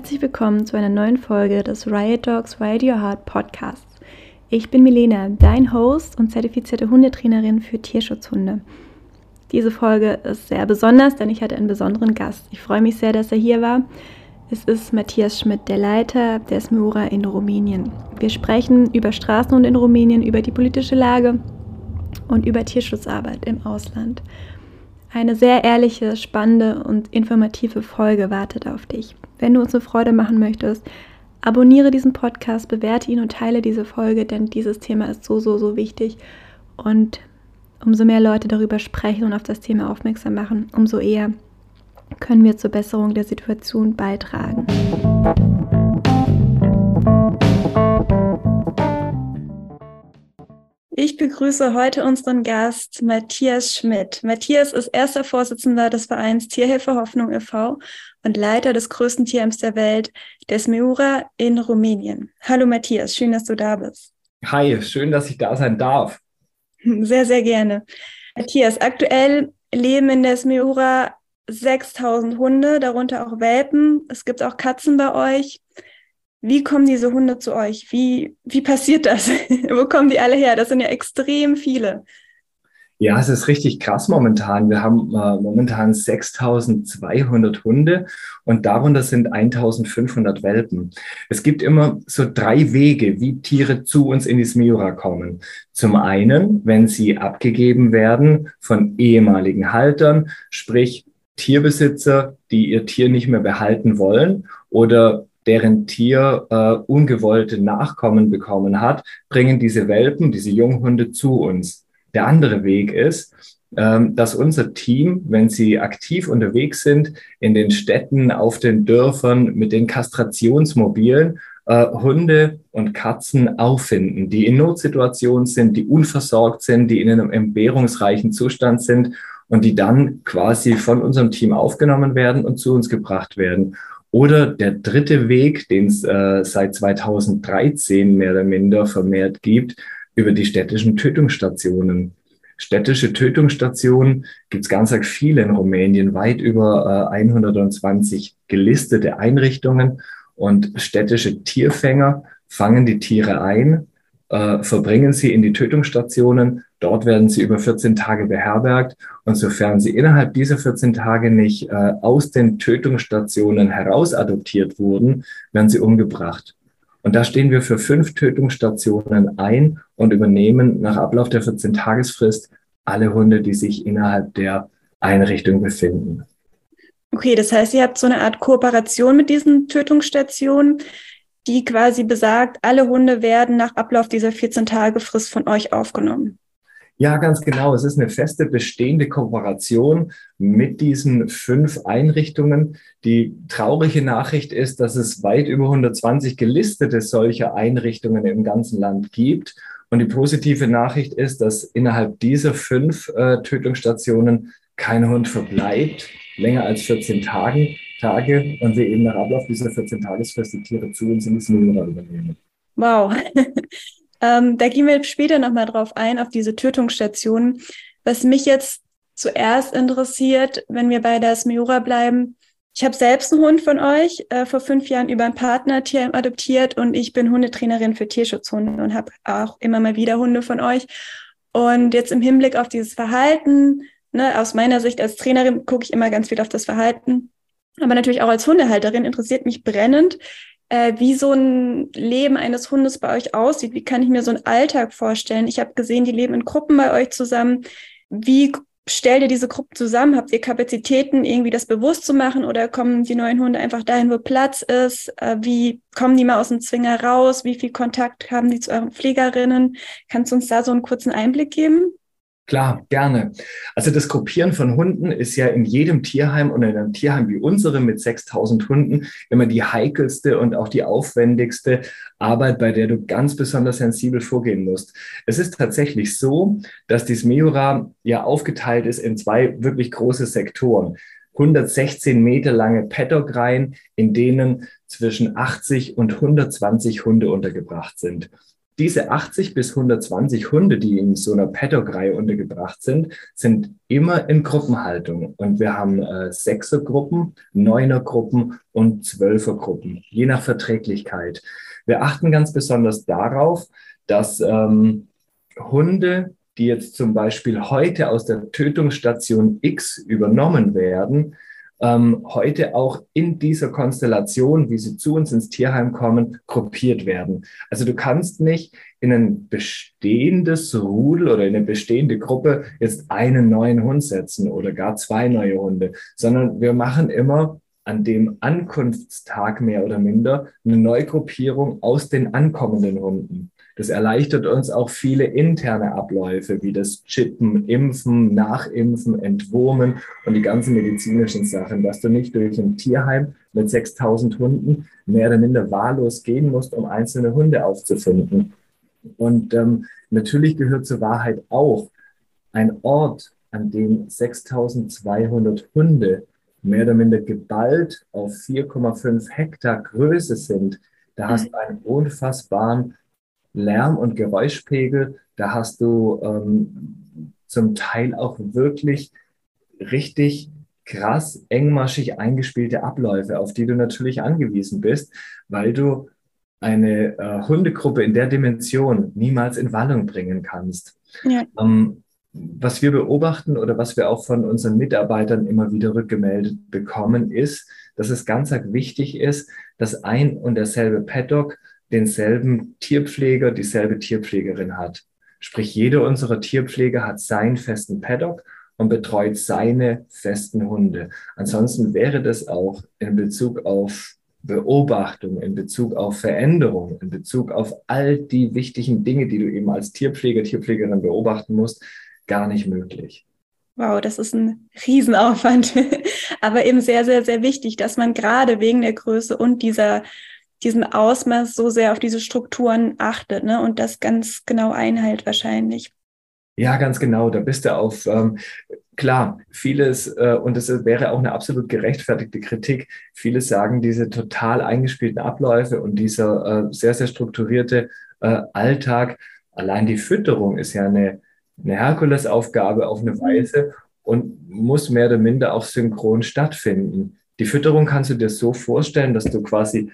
herzlich willkommen zu einer neuen Folge des Riot Dogs Riot Your Heart Podcasts. Ich bin Milena, dein Host und zertifizierte Hundetrainerin für Tierschutzhunde. Diese Folge ist sehr besonders, denn ich hatte einen besonderen Gast. Ich freue mich sehr, dass er hier war. Es ist Matthias Schmidt, der Leiter der Smiura in Rumänien. Wir sprechen über Straßenhunde in Rumänien, über die politische Lage und über Tierschutzarbeit im Ausland. Eine sehr ehrliche, spannende und informative Folge wartet auf dich. Wenn du uns eine Freude machen möchtest, abonniere diesen Podcast, bewerte ihn und teile diese Folge, denn dieses Thema ist so wichtig. Und umso mehr Leute darüber sprechen und auf das Thema aufmerksam machen, umso eher können wir zur Besserung der Situation beitragen. Ich begrüße heute unseren Gast Matthias Schmidt. Matthias ist erster Vorsitzender des Vereins Tierhilfe Hoffnung e.V. und Leiter des größten Tierheims der Welt, der Smiura in Rumänien. Hallo Matthias, schön, dass du da bist. Hi, schön, dass ich da sein darf. Sehr, sehr gerne. Matthias, aktuell leben in der Smiura 6.000 Hunde, darunter auch Welpen. Es gibt auch Katzen bei euch. Wie kommen diese Hunde zu euch? Wie passiert das? Wo kommen die alle her? Das sind ja extrem viele. Ja, es ist richtig krass momentan. Wir haben momentan 6.200 Hunde und darunter sind 1.500 Welpen. Es gibt immer so 3 Wege, wie Tiere zu uns in die Smiura kommen. Zum einen, wenn sie abgegeben werden von ehemaligen Haltern, sprich Tierbesitzer, die ihr Tier nicht mehr behalten wollen oder deren Tier ungewollte Nachkommen bekommen hat, bringen diese Welpen, diese Junghunde zu uns. Der andere Weg ist, dass unser Team, wenn sie aktiv unterwegs sind, in den Städten, auf den Dörfern mit den Kastrationsmobilen Hunde und Katzen auffinden, die in Notsituationen sind, die unversorgt sind, die in einem entbehrungsreichen Zustand sind und die dann quasi von unserem Team aufgenommen werden und zu uns gebracht werden. Oder der dritte Weg, den es seit 2013 mehr oder minder vermehrt gibt, über die städtischen Tötungsstationen. Städtische Tötungsstationen gibt es ganz viele in Rumänien, weit über 120 gelistete Einrichtungen. Und städtische Tierfänger fangen die Tiere ein, verbringen sie in die Tötungsstationen. Dort werden sie über 14 Tage beherbergt. Und sofern sie innerhalb dieser 14 Tage nicht aus den Tötungsstationen heraus adoptiert wurden, werden sie umgebracht. Und da stehen wir für 5 Tötungsstationen ein und übernehmen nach Ablauf der 14-Tagesfrist alle Hunde, die sich innerhalb der Einrichtung befinden. Okay, das heißt, ihr habt so eine Art Kooperation mit diesen Tötungsstationen, die quasi besagt, alle Hunde werden nach Ablauf dieser 14-Tage-Frist von euch aufgenommen. Ja, ganz genau. Es ist eine feste bestehende Kooperation mit diesen 5 Einrichtungen. Die traurige Nachricht ist, dass es weit über 120 gelistete solcher Einrichtungen im ganzen Land gibt. Und die positive Nachricht ist, dass innerhalb dieser 5 Tötungsstationen kein Hund verbleibt, länger als 14 Tage, und wir eben nach Ablauf dieser 14-Tagesfrist die Tiere zu uns in die Smiura übernehmen. Wow. Da gehen wir später nochmal drauf ein, auf diese Tötungsstationen. Was mich jetzt zuerst interessiert, wenn wir bei der Smiura bleiben, ich habe selbst einen Hund von euch vor 5 Jahren über ein Partnertierheim adoptiert und ich bin Hundetrainerin für Tierschutzhunde und habe auch immer mal wieder Hunde von euch. Und jetzt im Hinblick auf dieses Verhalten, ne, aus meiner Sicht als Trainerin gucke ich immer ganz viel auf das Verhalten, aber natürlich auch als Hundehalterin interessiert mich brennend, wie so ein Leben eines Hundes bei euch aussieht. Wie kann ich mir so einen Alltag vorstellen? Ich habe gesehen, die leben in Gruppen bei euch zusammen. Wie stellt ihr diese Gruppen zusammen? Habt ihr Kapazitäten, irgendwie das bewusst zu machen oder kommen die neuen Hunde einfach dahin, wo Platz ist? Wie kommen die mal aus dem Zwinger raus? Wie viel Kontakt haben die zu euren Pflegerinnen? Kannst du uns da so einen kurzen Einblick geben? Klar, gerne. Also das Gruppieren von Hunden ist ja in jedem Tierheim und in einem Tierheim wie unserem mit 6.000 Hunden immer die heikelste und auch die aufwendigste Arbeit, bei der du ganz besonders sensibel vorgehen musst. Es ist tatsächlich so, dass die Smiura ja aufgeteilt ist in 2 wirklich große Sektoren. 116 Meter lange Paddock-Reihen, in denen zwischen 80 und 120 Hunde untergebracht sind. diese 80 bis 120 Hunde, die in so einer Paddock-Reihe untergebracht sind, sind immer in Gruppenhaltung. Und wir haben Sechsergruppen, Neunergruppen und Zwölfergruppen, je nach Verträglichkeit. Wir achten ganz besonders darauf, dass Hunde, die jetzt zum Beispiel heute aus der Tötungsstation X übernommen werden, heute auch in dieser Konstellation, wie sie zu uns ins Tierheim kommen, gruppiert werden. Also du kannst nicht in ein bestehendes Rudel oder in eine bestehende Gruppe jetzt einen neuen Hund setzen oder gar zwei neue Hunde, sondern wir machen immer an dem Ankunftstag mehr oder minder eine Neugruppierung aus den ankommenden Hunden. Das erleichtert uns auch viele interne Abläufe, wie das Chippen, Impfen, Nachimpfen, Entwurmen und die ganzen medizinischen Sachen, dass du nicht durch ein Tierheim mit 6.000 Hunden mehr oder minder wahllos gehen musst, um einzelne Hunde aufzufinden. Und natürlich gehört zur Wahrheit auch ein Ort, an dem 6.200 Hunde mehr oder minder geballt auf 4,5 Hektar Größe sind. Da hast du einen unfassbaren Lärm- und Geräuschpegel. Da hast du zum Teil auch wirklich richtig krass engmaschig eingespielte Abläufe, auf die du natürlich angewiesen bist, weil du eine Hundegruppe in der Dimension niemals in Wallung bringen kannst. Ja. Was wir beobachten oder was wir auch von unseren Mitarbeitern immer wieder rückgemeldet bekommen, ist, dass es ganz wichtig ist, dass ein und derselbe Paddock denselben Tierpfleger, dieselbe Tierpflegerin hat. Sprich, jeder unserer Tierpfleger hat seinen festen Paddock und betreut seine festen Hunde. Ansonsten wäre das auch in Bezug auf Beobachtung, in Bezug auf Veränderung, in Bezug auf all die wichtigen Dinge, die du eben als Tierpfleger, Tierpflegerin beobachten musst, gar nicht möglich. Wow, das ist ein Riesenaufwand, aber eben sehr, sehr, sehr wichtig, dass man gerade wegen der Größe und diesem Ausmaß so sehr auf diese Strukturen achtet, ne? Und das ganz genau einhält wahrscheinlich. Ja, ganz genau. Da bist du auf, klar, vieles, und das wäre auch eine absolut gerechtfertigte Kritik, viele sagen, diese total eingespielten Abläufe und dieser sehr, sehr strukturierte Alltag, allein die Fütterung ist ja eine Herkulesaufgabe auf eine Weise und muss mehr oder minder auch synchron stattfinden. Die Fütterung kannst du dir so vorstellen, dass du quasi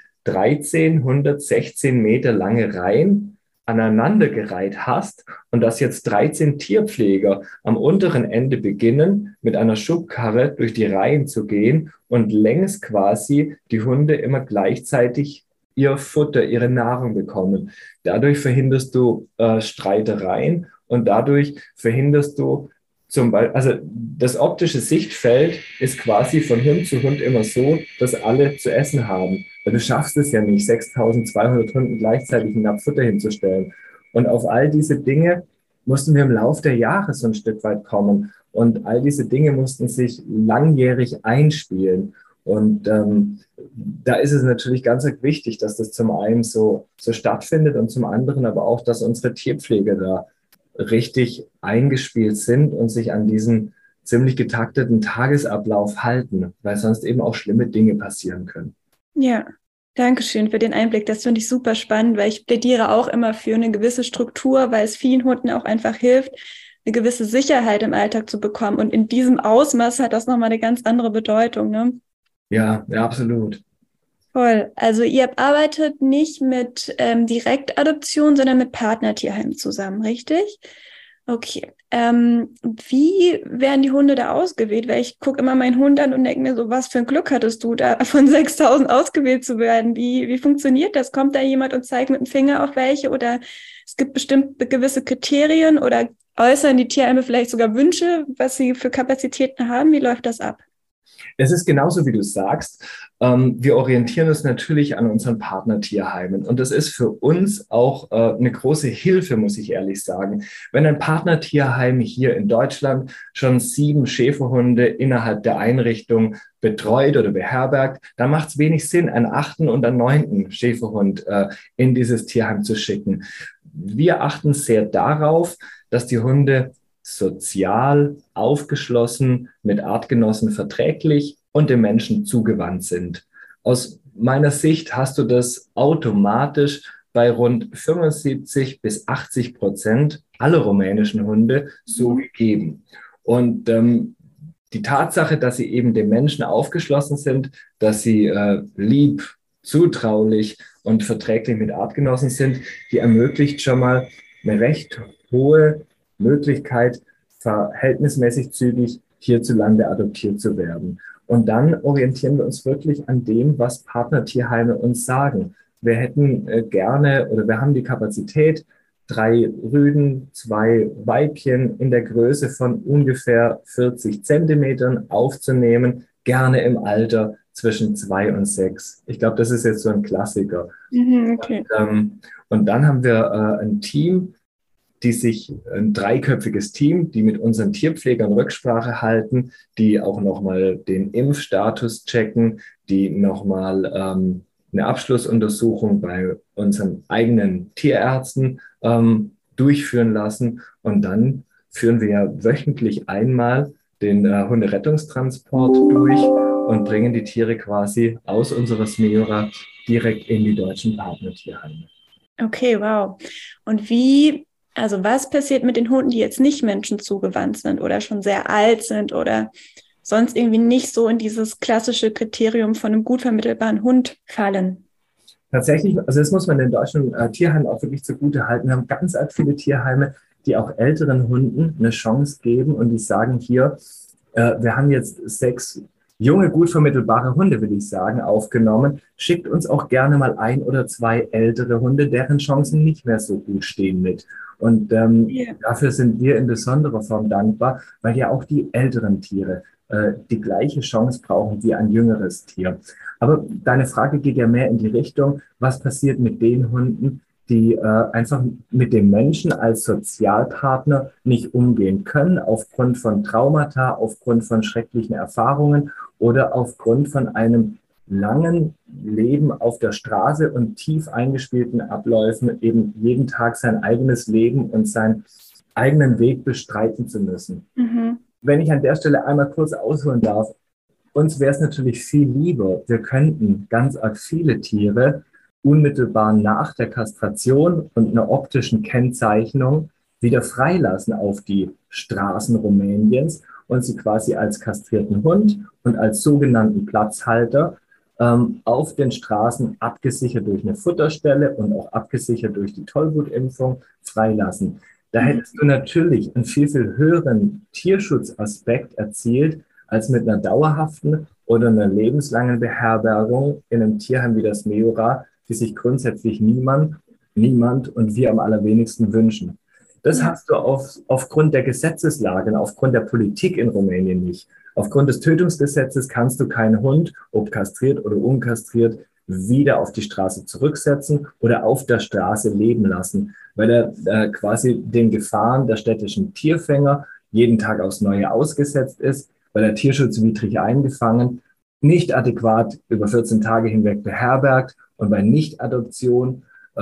116 Meter lange Reihen aneinandergereiht hast und dass jetzt 13 Tierpfleger am unteren Ende beginnen, mit einer Schubkarre durch die Reihen zu gehen und längs quasi die Hunde immer gleichzeitig ihr Futter, ihre Nahrung bekommen. Dadurch verhinderst du Streitereien und dadurch verhinderst du zum Beispiel, also das optische Sichtfeld ist quasi von Hund zu Hund immer so, dass alle zu essen haben. Weil du schaffst es ja nicht, 6.200 Hunden gleichzeitig ein Napf Futter hinzustellen. Und auf all diese Dinge mussten wir im Laufe der Jahre so ein Stück weit kommen. Und all diese Dinge mussten sich langjährig einspielen. Und da ist es natürlich ganz wichtig, dass das zum einen so stattfindet und zum anderen aber auch, dass unsere Tierpfleger da richtig eingespielt sind und sich an diesen ziemlich getakteten Tagesablauf halten, weil sonst eben auch schlimme Dinge passieren können. Ja, danke schön für den Einblick. Das finde ich super spannend, weil ich plädiere auch immer für eine gewisse Struktur, weil es vielen Hunden auch einfach hilft, eine gewisse Sicherheit im Alltag zu bekommen. Und in diesem Ausmaß hat das nochmal eine ganz andere Bedeutung, ne? Ja, absolut. Voll. Also ihr arbeitet nicht mit Direktadoption, sondern mit Partnertierheimen zusammen, richtig? Okay. Wie werden die Hunde da ausgewählt? Weil ich gucke immer meinen Hund an und denke mir so, was für ein Glück hattest du, da von 6.000 ausgewählt zu werden? Wie funktioniert das? Kommt da jemand und zeigt mit dem Finger auf welche? Oder es gibt bestimmt gewisse Kriterien oder äußern die Tierheime vielleicht sogar Wünsche, was sie für Kapazitäten haben? Wie läuft das ab? Es ist genauso, wie du sagst. Wir orientieren uns natürlich an unseren Partnertierheimen. Und das ist für uns auch eine große Hilfe, muss ich ehrlich sagen. Wenn ein Partnertierheim hier in Deutschland schon 7 Schäferhunde innerhalb der Einrichtung betreut oder beherbergt, dann macht es wenig Sinn, einen 8. und einen 9. Schäferhund in dieses Tierheim zu schicken. Wir achten sehr darauf, dass die Hunde sozial, aufgeschlossen, mit Artgenossen verträglich und dem Menschen zugewandt sind. Aus meiner Sicht hast du das automatisch bei rund 75-80% aller rumänischen Hunde so gegeben. Und die Tatsache, dass sie eben dem Menschen aufgeschlossen sind, dass sie lieb, zutraulich und verträglich mit Artgenossen sind, die ermöglicht schon mal eine recht hohe Möglichkeit, verhältnismäßig zügig hierzulande adoptiert zu werden. Und dann orientieren wir uns wirklich an dem, was Partnertierheime uns sagen. Wir hätten gerne oder wir haben die Kapazität, 3 Rüden, 2 Weibchen in der Größe von ungefähr 40 Zentimetern aufzunehmen, gerne im Alter zwischen 2 und 6. Ich glaube, das ist jetzt so ein Klassiker. Okay. Und dann haben wir ein Team, ein 3-köpfiges Team, die mit unseren Tierpflegern Rücksprache halten, die auch nochmal den Impfstatus checken, die nochmal eine Abschlussuntersuchung bei unseren eigenen Tierärzten durchführen lassen. Und dann führen wir ja wöchentlich einmal den Hunderettungstransport durch und bringen die Tiere quasi aus unserer Smeora direkt in die deutschen Partnertierheime. Okay, wow. Und was passiert mit den Hunden, die jetzt nicht Menschen zugewandt sind oder schon sehr alt sind oder sonst irgendwie nicht so in dieses klassische Kriterium von einem gut vermittelbaren Hund fallen? Tatsächlich, also das muss man den deutschen Tierheimen auch wirklich zugute halten. Wir haben ganz viele Tierheime, die auch älteren Hunden eine Chance geben und die sagen hier, wir haben jetzt 6 junge, gut vermittelbare Hunde, will ich sagen, aufgenommen. Schickt uns auch gerne mal 1 oder 2 ältere Hunde, deren Chancen nicht mehr so gut stehen mit. Und dafür sind wir in besonderer Form dankbar, weil ja auch die älteren Tiere die gleiche Chance brauchen wie ein jüngeres Tier. Aber deine Frage geht ja mehr in die Richtung, was passiert mit den Hunden, die einfach mit dem Menschen als Sozialpartner nicht umgehen können, aufgrund von Traumata, aufgrund von schrecklichen Erfahrungen oder aufgrund von einem langen Leben auf der Straße und tief eingespielten Abläufen, eben jeden Tag sein eigenes Leben und seinen eigenen Weg bestreiten zu müssen. Wenn ich an der Stelle einmal kurz ausholen darf, uns wäre es natürlich viel lieber, wir könnten ganz arg viele Tiere unmittelbar nach der Kastration und einer optischen Kennzeichnung wieder freilassen auf die Straßen Rumäniens und sie quasi als kastrierten Hund und als sogenannten Platzhalter auf den Straßen abgesichert durch eine Futterstelle und auch abgesichert durch die Tollwutimpfung freilassen. Da hättest du natürlich einen viel, viel höheren Tierschutzaspekt erzielt, als mit einer dauerhaften oder einer lebenslangen Beherbergung in einem Tierheim wie das Smeora, die sich grundsätzlich niemand und wir am allerwenigsten wünschen. Das hast du aufgrund der Gesetzeslage und aufgrund der Politik in Rumänien nicht. Aufgrund des Tötungsgesetzes kannst du keinen Hund, ob kastriert oder unkastriert, wieder auf die Straße zurücksetzen oder auf der Straße leben lassen, weil er quasi den Gefahren der städtischen Tierfänger jeden Tag aufs Neue ausgesetzt ist, weil er tierschutzwidrig eingefangen, nicht adäquat über 14 Tage hinweg beherbergt und bei Nichtadoption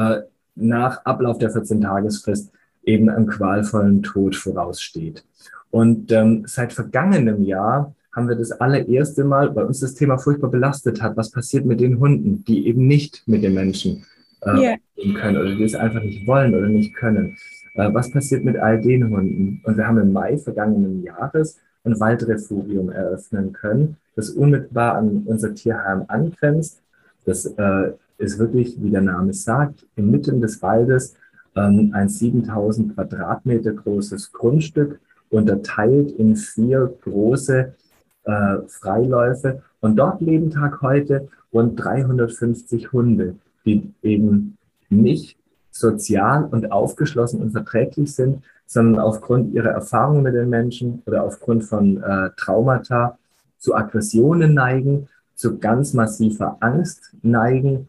nach Ablauf der 14-Tagesfrist eben einem qualvollen Tod voraussteht. Und seit vergangenem Jahr haben wir das allererste Mal, weil uns das Thema furchtbar belastet hat, was passiert mit den Hunden, die eben nicht mit den Menschen umgehen können oder die es einfach nicht wollen oder nicht können. Was passiert mit all den Hunden? Und wir haben im Mai vergangenen Jahres ein Waldrefugium eröffnen können, das unmittelbar an unser Tierheim angrenzt. Das ist wirklich, wie der Name sagt, inmitten des Waldes ein 7000 Quadratmeter großes Grundstück, unterteilt in 4 große Freiläufe. Und dort leben Tag heute rund 350 Hunde, die eben nicht sozial und aufgeschlossen und verträglich sind, sondern aufgrund ihrer Erfahrungen mit den Menschen oder aufgrund von Traumata zu Aggressionen neigen, zu ganz massiver Angst neigen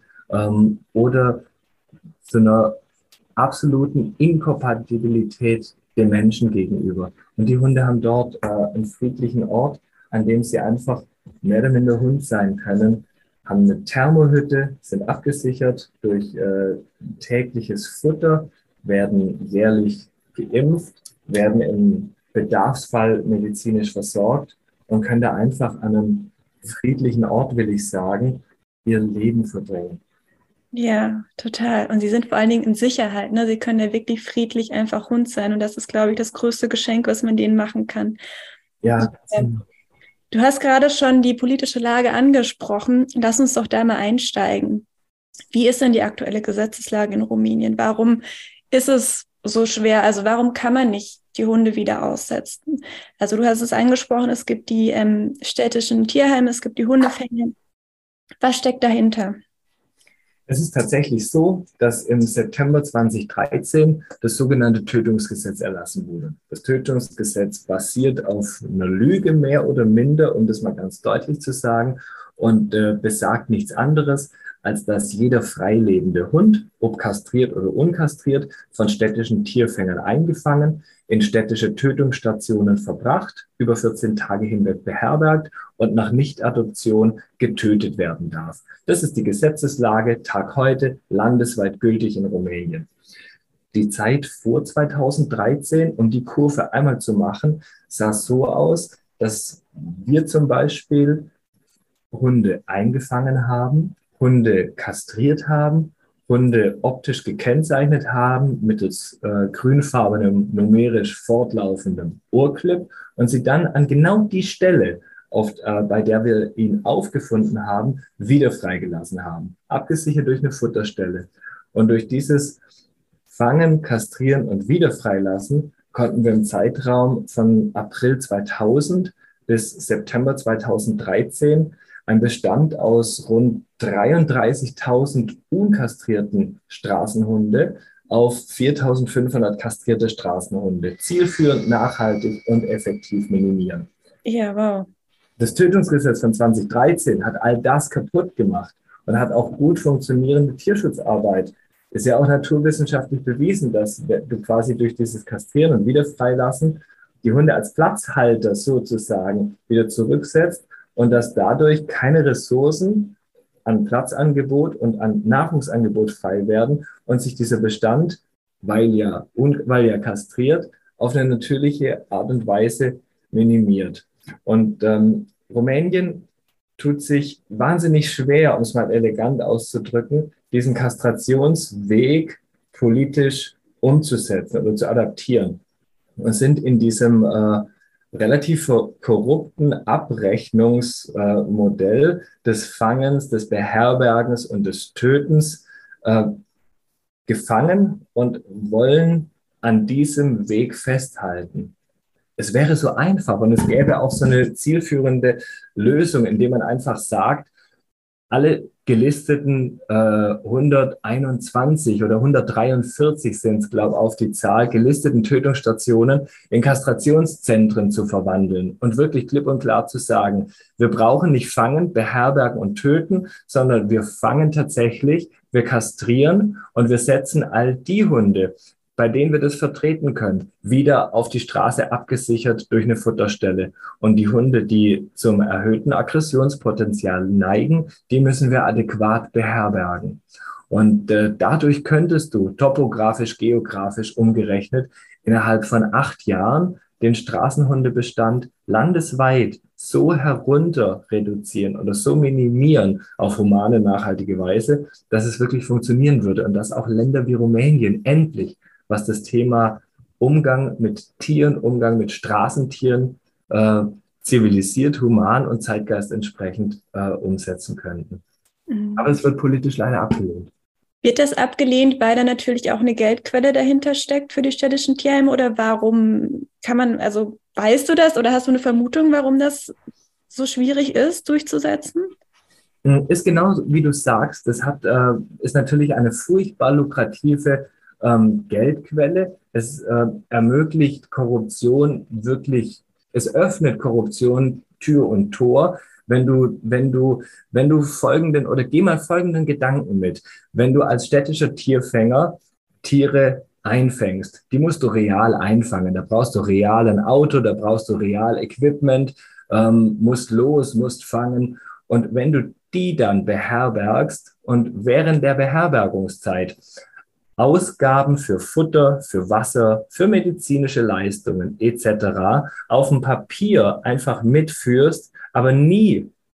oder zu einer absoluten Inkompatibilität dem Menschen gegenüber. Und die Hunde haben dort einen friedlichen Ort, an dem sie einfach mehr oder minder Hund sein können, haben eine Thermohütte, sind abgesichert durch tägliches Futter, werden jährlich geimpft, werden im Bedarfsfall medizinisch versorgt und können da einfach an einem friedlichen Ort, will ich sagen, ihr Leben verbringen. Ja, total. Und sie sind vor allen Dingen in Sicherheit, ne? Sie können ja wirklich friedlich einfach Hund sein. Und das ist, glaube ich, das größte Geschenk, was man denen machen kann. Ja, Du hast gerade schon die politische Lage angesprochen. Lass uns doch da mal einsteigen. Wie ist denn die aktuelle Gesetzeslage in Rumänien? Warum ist es so schwer? Also warum kann man nicht die Hunde wieder aussetzen? Also du hast es angesprochen, es gibt die städtischen Tierheime, es gibt die Hundefänge. Was steckt dahinter? es ist tatsächlich so, dass im September 2013 das sogenannte Tötungsgesetz erlassen wurde. Das Tötungsgesetz basiert auf einer Lüge mehr oder minder, um das mal ganz deutlich zu sagen, und besagt nichts anderes, als dass jeder freilebende Hund, ob kastriert oder unkastriert, von städtischen Tierfängern eingefangen, in städtische Tötungsstationen verbracht, über 14 Tage hinweg beherbergt und nach Nichtadoption getötet werden darf. Das ist die Gesetzeslage, Tag heute, landesweit gültig in Rumänien. Die Zeit vor 2013, um die Kurve einmal zu machen, sah so aus, dass wir zum Beispiel Hunde eingefangen haben, Hunde kastriert haben, Hunde optisch gekennzeichnet haben mittels grünfarbenem, numerisch fortlaufendem Ohrclip und sie dann an genau die Stelle, bei der wir ihn aufgefunden haben, wieder freigelassen haben. Abgesichert durch eine Futterstelle. Und durch dieses Fangen, Kastrieren und Wiederfreilassen konnten wir im Zeitraum von April 2000 bis September 2013 ein Bestand aus rund 33.000 unkastrierten Straßenhunde auf 4.500 kastrierte Straßenhunde zielführend, nachhaltig und effektiv minimieren. Ja, wow. Das Tötungsgesetz von 2013 hat all das kaputt gemacht und hat auch gut funktionierende Tierschutzarbeit. Ist ja auch naturwissenschaftlich bewiesen, dass du quasi durch dieses Kastrieren und Wiederfreilassen die Hunde als Platzhalter sozusagen wieder zurücksetzt und dass dadurch keine Ressourcen an Platzangebot und an Nahrungsangebot frei werden und sich dieser Bestand, weil ja kastriert, auf eine natürliche Art und Weise minimiert. Und Rumänien tut sich wahnsinnig schwer, um es mal elegant auszudrücken, diesen Kastrationsweg politisch umzusetzen oder zu adaptieren. Und sind in diesem relativ korrupten Abrechnungsmodell des Fangens, des Beherbergens und des Tötens gefangen und wollen an diesem Weg festhalten. Es wäre so einfach und es gäbe auch so eine zielführende Lösung, indem man einfach sagt, alle gelisteten 121 oder 143 sind es, glaube ich, auf die Zahl, gelisteten Tötungsstationen in Kastrationszentren zu verwandeln und wirklich klipp und klar zu sagen, wir brauchen nicht fangen, beherbergen und töten, sondern wir fangen tatsächlich, wir kastrieren und wir setzen all die Hunde, bei denen wir das vertreten können, wieder auf die Straße abgesichert durch eine Futterstelle. Und die Hunde, die zum erhöhten Aggressionspotenzial neigen, die müssen wir adäquat beherbergen. Und dadurch könntest du topografisch, geografisch umgerechnet innerhalb von 8 Jahren den Straßenhundebestand landesweit so herunter reduzieren oder so minimieren auf humane, nachhaltige Weise, dass es wirklich funktionieren würde und dass auch Länder wie Rumänien endlich, was das Thema Umgang mit Tieren, Umgang mit Straßentieren zivilisiert, human und Zeitgeist entsprechend umsetzen könnten. Aber es wird politisch leider abgelehnt. Wird das abgelehnt, weil da natürlich auch eine Geldquelle dahinter steckt für die städtischen Tierheime? Oder warum also weißt du das oder hast du eine Vermutung, warum das so schwierig ist, durchzusetzen? Ist genau wie du sagst, das ist natürlich eine furchtbar lukrative Geldquelle. Es ermöglicht Korruption wirklich, es öffnet Korruption Tür und Tor. Wenn du geh mal folgenden Gedanken mit. Wenn du als städtischer Tierfänger Tiere einfängst, die musst du real einfangen. Da brauchst du real ein Auto, da brauchst du real Equipment, musst fangen. Und wenn du die dann beherbergst und während der Beherbergungszeit Ausgaben für Futter, für Wasser, für medizinische Leistungen etc. auf dem Papier einfach mitführst, aber nie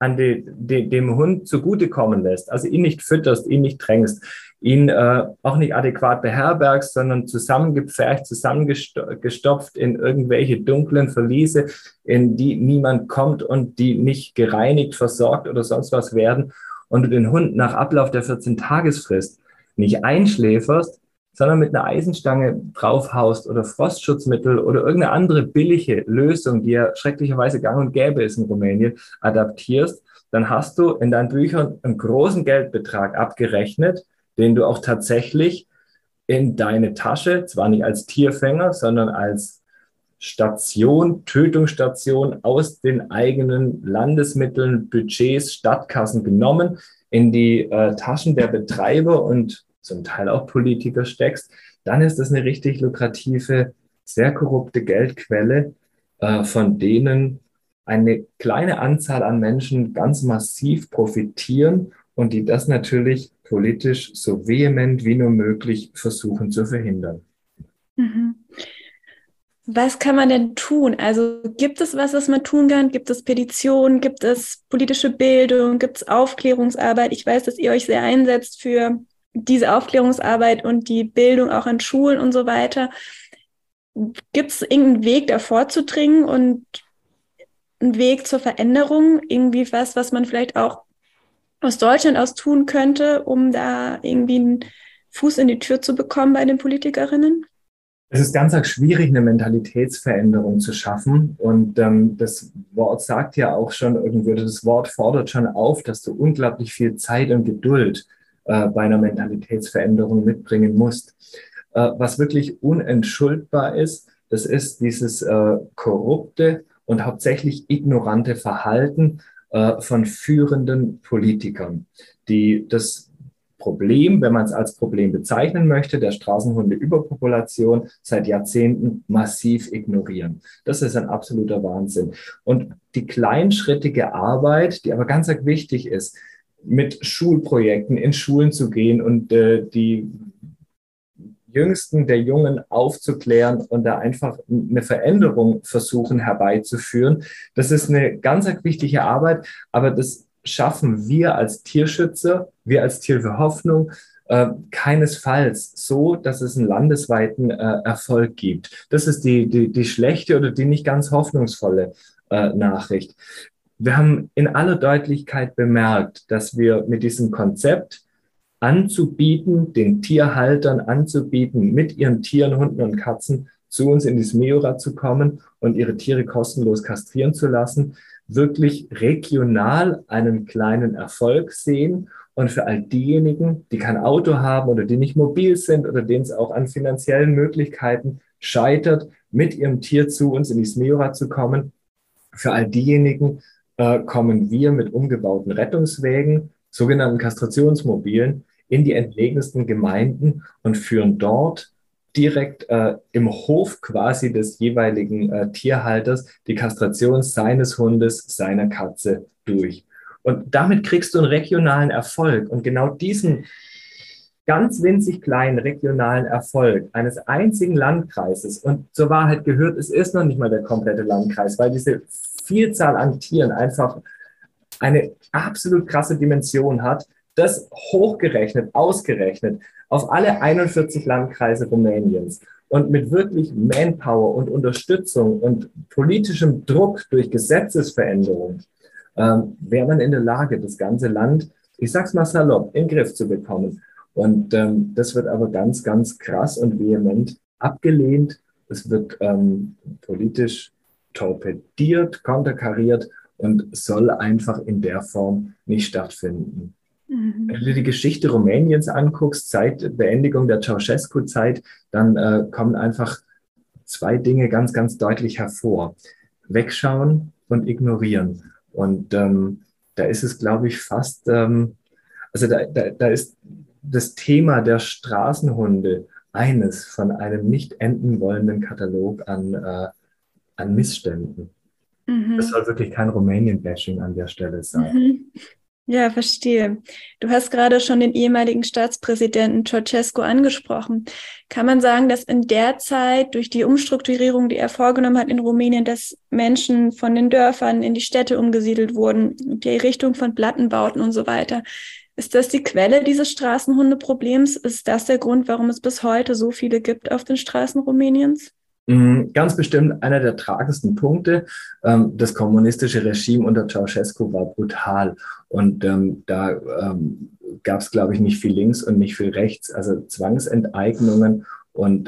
dem Hund zugutekommen lässt, also ihn nicht fütterst, ihn nicht drängst, ihn auch nicht adäquat beherbergst, sondern zusammengepfercht, zusammengestopft in irgendwelche dunklen Verliese, in die niemand kommt und die nicht gereinigt, versorgt oder sonst was werden, und du den Hund nach Ablauf der 14-Tagesfrist nicht einschläferst, sondern mit einer Eisenstange draufhaust oder Frostschutzmittel oder irgendeine andere billige Lösung, die ja schrecklicherweise gang und gäbe ist in Rumänien, adaptierst, dann hast du in deinen Büchern einen großen Geldbetrag abgerechnet, den du auch tatsächlich in deine Tasche, zwar nicht als Tierfänger, sondern als Station, Tötungsstation aus den eigenen Landesmitteln, Budgets, Stadtkassen genommen, in die Taschen der Betreiber und zum Teil auch Politiker steckst, dann ist das eine richtig lukrative, sehr korrupte Geldquelle, von denen eine kleine Anzahl an Menschen ganz massiv profitieren und die das natürlich politisch so vehement wie nur möglich versuchen zu verhindern. Mhm. Was kann man denn tun? Also gibt es was man tun kann? Gibt es Petitionen? Gibt es politische Bildung? Gibt es Aufklärungsarbeit? Ich weiß, dass ihr euch sehr einsetzt für diese Aufklärungsarbeit und die Bildung auch an Schulen und so weiter. Gibt es irgendeinen Weg, da vorzudringen und einen Weg zur Veränderung? Irgendwie was man vielleicht auch aus Deutschland aus tun könnte, um da irgendwie einen Fuß in die Tür zu bekommen bei den Politikerinnen? Es ist ganz arg schwierig, eine Mentalitätsveränderung zu schaffen. Und das Wort sagt ja auch schon irgendwie, das Wort fordert schon auf, dass du unglaublich viel Zeit und Geduld bei einer Mentalitätsveränderung mitbringen musst. Was wirklich unentschuldbar ist, das ist dieses korrupte und hauptsächlich ignorante Verhalten von führenden Politikern, die das Problem, wenn man es als Problem bezeichnen möchte, der Straßenhundeüberpopulation seit Jahrzehnten massiv ignorieren. Das ist ein absoluter Wahnsinn. Und die kleinschrittige Arbeit, die aber ganz wichtig ist, mit Schulprojekten in Schulen zu gehen und die Jüngsten der Jungen aufzuklären und da einfach eine Veränderung versuchen herbeizuführen. Das ist eine ganz wichtige Arbeit, aber das schaffen wir als Tierschützer, wir als Tier für Hoffnung, keinesfalls so, dass es einen landesweiten Erfolg gibt. Das ist die schlechte oder die nicht ganz hoffnungsvolle Nachricht. Wir haben in aller Deutlichkeit bemerkt, dass wir mit diesem Konzept anzubieten, den Tierhaltern anzubieten, mit ihren Tieren, Hunden und Katzen zu uns in die Smejura zu kommen und ihre Tiere kostenlos kastrieren zu lassen, wirklich regional einen kleinen Erfolg sehen und für all diejenigen, die kein Auto haben oder die nicht mobil sind oder denen es auch an finanziellen Möglichkeiten scheitert, mit ihrem Tier zu uns in die Smejura zu kommen. Für all diejenigen kommen wir mit umgebauten Rettungswägen, sogenannten Kastrationsmobilen, in die entlegensten Gemeinden und führen dort direkt im Hof quasi des jeweiligen Tierhalters die Kastration seines Hundes, seiner Katze durch. Und damit kriegst du einen regionalen Erfolg. Und genau diesen ganz winzig kleinen regionalen Erfolg eines einzigen Landkreises, und zur Wahrheit gehört, es ist noch nicht mal der komplette Landkreis, weil diese Vielzahl an Tieren einfach eine absolut krasse Dimension hat, das hochgerechnet, ausgerechnet auf alle 41 Landkreise Rumäniens und mit wirklich Manpower und Unterstützung und politischem Druck durch Gesetzesveränderung wäre man in der Lage, das ganze Land, ich sag's mal salopp, in den Griff zu bekommen. Und das wird aber ganz, ganz krass und vehement abgelehnt. Es wird politisch torpediert, konterkariert und soll einfach in der Form nicht stattfinden. Wenn du dir die Geschichte Rumäniens anguckst, seit Beendigung der Ceausescu-Zeit, dann kommen einfach zwei Dinge ganz, ganz deutlich hervor. Wegschauen und ignorieren. Und da ist es, glaube ich, fast, also da ist das Thema der Straßenhunde eines von einem nicht enden wollenden Katalog an Missständen. Das soll wirklich kein Rumänien-Bashing an der Stelle sein. Ja, verstehe. Du hast gerade schon den ehemaligen Staatspräsidenten Ceausescu angesprochen. Kann man sagen, dass in der Zeit durch die Umstrukturierung, die er vorgenommen hat in Rumänien, dass Menschen von den Dörfern in die Städte umgesiedelt wurden, die Errichtung von Plattenbauten und so weiter? Ist das die Quelle dieses Straßenhundeproblems? Ist das der Grund, warum es bis heute so viele gibt auf den Straßen Rumäniens? Ganz bestimmt einer der tragendsten Punkte. Das kommunistische Regime unter Ceausescu war brutal. Und da gab es, glaube ich, nicht viel links und nicht viel rechts. Also Zwangsenteignungen und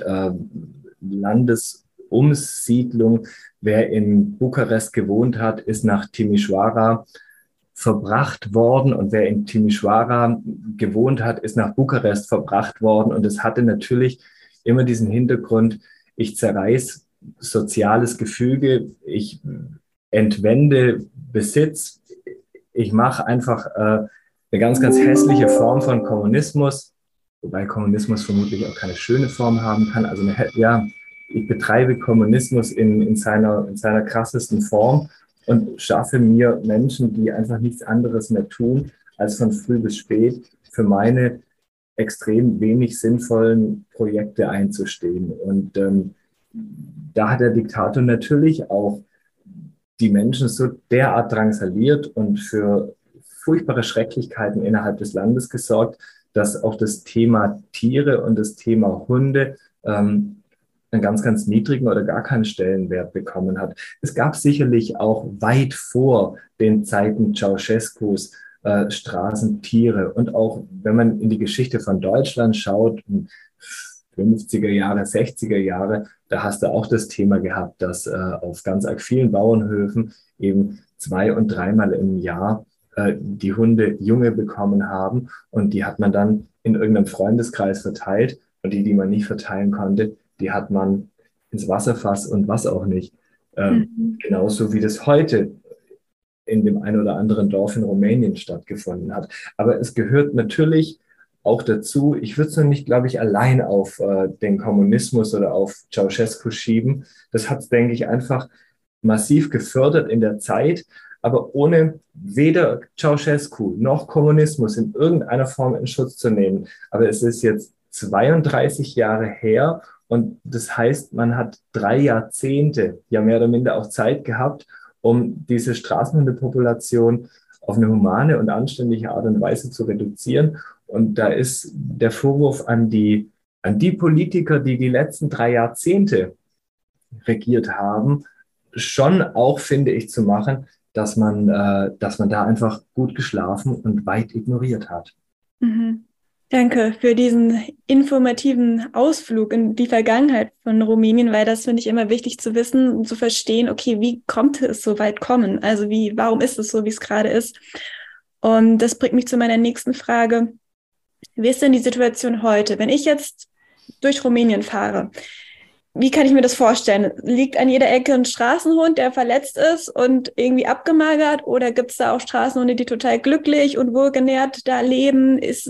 Landesumsiedlung. Wer in Bukarest gewohnt hat, ist nach Timișoara verbracht worden. Und wer in Timișoara gewohnt hat, ist nach Bukarest verbracht worden. Und es hatte natürlich immer diesen Hintergrund, ich zerreiß soziales Gefüge, ich entwende Besitz, ich mache einfach eine ganz, ganz hässliche Form von Kommunismus, wobei Kommunismus vermutlich auch keine schöne Form haben kann. Also ja, ich betreibe Kommunismus in seiner krassesten Form und schaffe mir Menschen, die einfach nichts anderes mehr tun, als von früh bis spät für meine extrem wenig sinnvollen Projekte einzustehen. Und da hat der Diktator natürlich auch die Menschen so derart drangsaliert und für furchtbare Schrecklichkeiten innerhalb des Landes gesorgt, dass auch das Thema Tiere und das Thema Hunde einen ganz, ganz niedrigen oder gar keinen Stellenwert bekommen hat. Es gab sicherlich auch weit vor den Zeiten Ceausescus Straßentiere. Und auch wenn man in die Geschichte von Deutschland schaut, 50er Jahre, 60er Jahre, da hast du auch das Thema gehabt, dass auf ganz arg vielen Bauernhöfen eben 2- und dreimal im Jahr die Hunde Junge bekommen haben. Und die hat man dann in irgendeinem Freundeskreis verteilt. Und die man nicht verteilen konnte, die hat man ins Wasserfass und was auch nicht. Genauso wie das heute in dem einen oder anderen Dorf in Rumänien stattgefunden hat. Aber es gehört natürlich auch dazu, ich würde es noch nicht, glaube ich, allein auf den Kommunismus oder auf Ceausescu schieben. Das hat es, denke ich, einfach massiv gefördert in der Zeit, aber ohne weder Ceausescu noch Kommunismus in irgendeiner Form in Schutz zu nehmen. Aber es ist jetzt 32 Jahre her und das heißt, man hat 3 Jahrzehnte, ja mehr oder minder auch Zeit gehabt, um diese Straßenhundepopulation auf eine humane und anständige Art und Weise zu reduzieren. Und da ist der Vorwurf an die Politiker, die die letzten 3 Jahrzehnte regiert haben, schon auch, finde ich, zu machen, dass man da einfach gut geschlafen und weit ignoriert hat. Mhm. Danke für diesen informativen Ausflug in die Vergangenheit von Rumänien, weil das finde ich immer wichtig zu wissen und zu verstehen, okay, wie konnte es so weit kommen? Also warum ist es so, wie es gerade ist? Und das bringt mich zu meiner nächsten Frage. Wie ist denn die Situation heute? Wenn ich jetzt durch Rumänien fahre, wie kann ich mir das vorstellen? Liegt an jeder Ecke ein Straßenhund, der verletzt ist und irgendwie abgemagert? Oder gibt es da auch Straßenhunde, die total glücklich und wohlgenährt da leben? Ist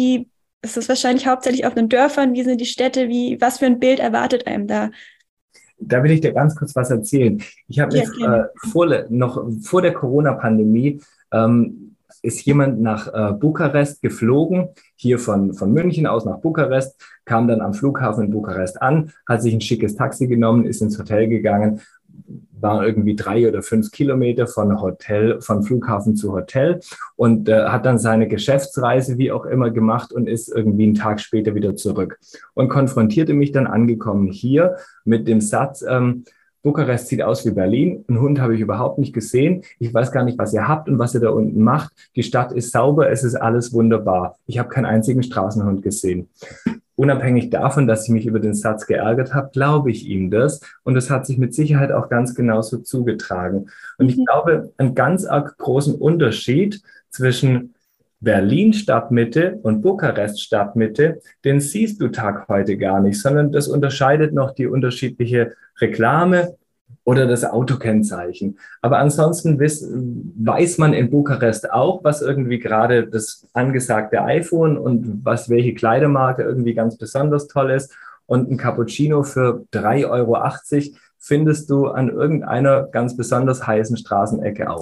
das wahrscheinlich hauptsächlich auf den Dörfern? Wie sind die Städte? Was für ein Bild erwartet einem da? Da will ich dir ganz kurz was erzählen. Ich habe noch vor der Corona-Pandemie ist jemand nach Bukarest geflogen, hier von München aus nach Bukarest, kam dann am Flughafen in Bukarest an, hat sich ein schickes Taxi genommen, ist ins Hotel gegangen, war irgendwie 3 oder 5 Kilometer von Flughafen zu Hotel und hat dann seine Geschäftsreise wie auch immer gemacht und ist irgendwie einen Tag später wieder zurück und konfrontierte mich dann angekommen hier mit dem Satz, Bukarest sieht aus wie Berlin. Einen Hund habe ich überhaupt nicht gesehen. Ich weiß gar nicht, was ihr habt und was ihr da unten macht. Die Stadt ist sauber, es ist alles wunderbar. Ich habe keinen einzigen Straßenhund gesehen. Unabhängig davon, dass ich mich über den Satz geärgert habe, glaube ich ihm das. Und das hat sich mit Sicherheit auch ganz genauso zugetragen. Und ich glaube, einen ganz arg großen Unterschied zwischen Berlin Stadtmitte und Bukarest Stadtmitte, den siehst du Tag heute gar nicht, sondern das unterscheidet noch die unterschiedliche Reklame oder das Autokennzeichen. Aber ansonsten weiß man in Bukarest auch, was irgendwie gerade das angesagte iPhone und welche Kleidermarke irgendwie ganz besonders toll ist. Und ein Cappuccino für 3,80 € findest du an irgendeiner ganz besonders heißen Straßenecke auch.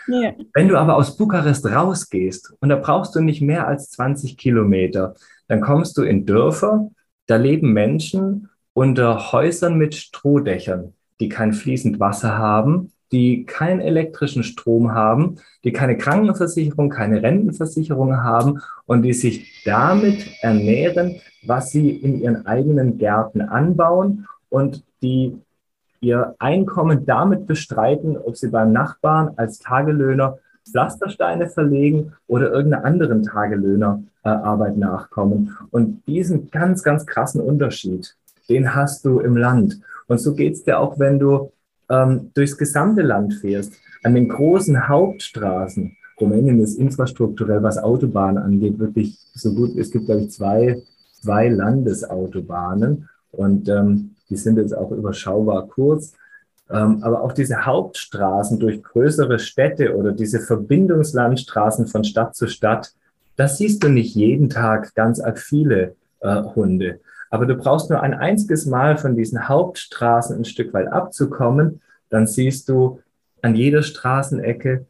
Ja. Wenn du aber aus Bukarest rausgehst und da brauchst du nicht mehr als 20 Kilometer, dann kommst du in Dörfer, da leben Menschen unter Häusern mit Strohdächern, die kein fließend Wasser haben, die keinen elektrischen Strom haben, die keine Krankenversicherung, keine Rentenversicherung haben und die sich damit ernähren, was sie in ihren eigenen Gärten anbauen und die ihr Einkommen damit bestreiten, ob sie beim Nachbarn als Tagelöhner Pflastersteine verlegen oder irgendeiner anderen Tagelöhnerarbeit nachkommen. Und diesen ganz, ganz krassen Unterschied, den hast du im Land. Und so geht es dir auch, wenn du durchs gesamte Land fährst, an den großen Hauptstraßen. Rumänien ist infrastrukturell, was Autobahnen angeht, wirklich so gut. Es gibt, glaube ich, zwei Landesautobahnen und die sind jetzt auch überschaubar kurz. Aber auch diese Hauptstraßen durch größere Städte oder diese Verbindungslandstraßen von Stadt zu Stadt, das siehst du nicht jeden Tag ganz arg viele Hunde. Aber du brauchst nur ein einziges Mal von diesen Hauptstraßen ein Stück weit abzukommen, dann siehst du an jeder Straßenecke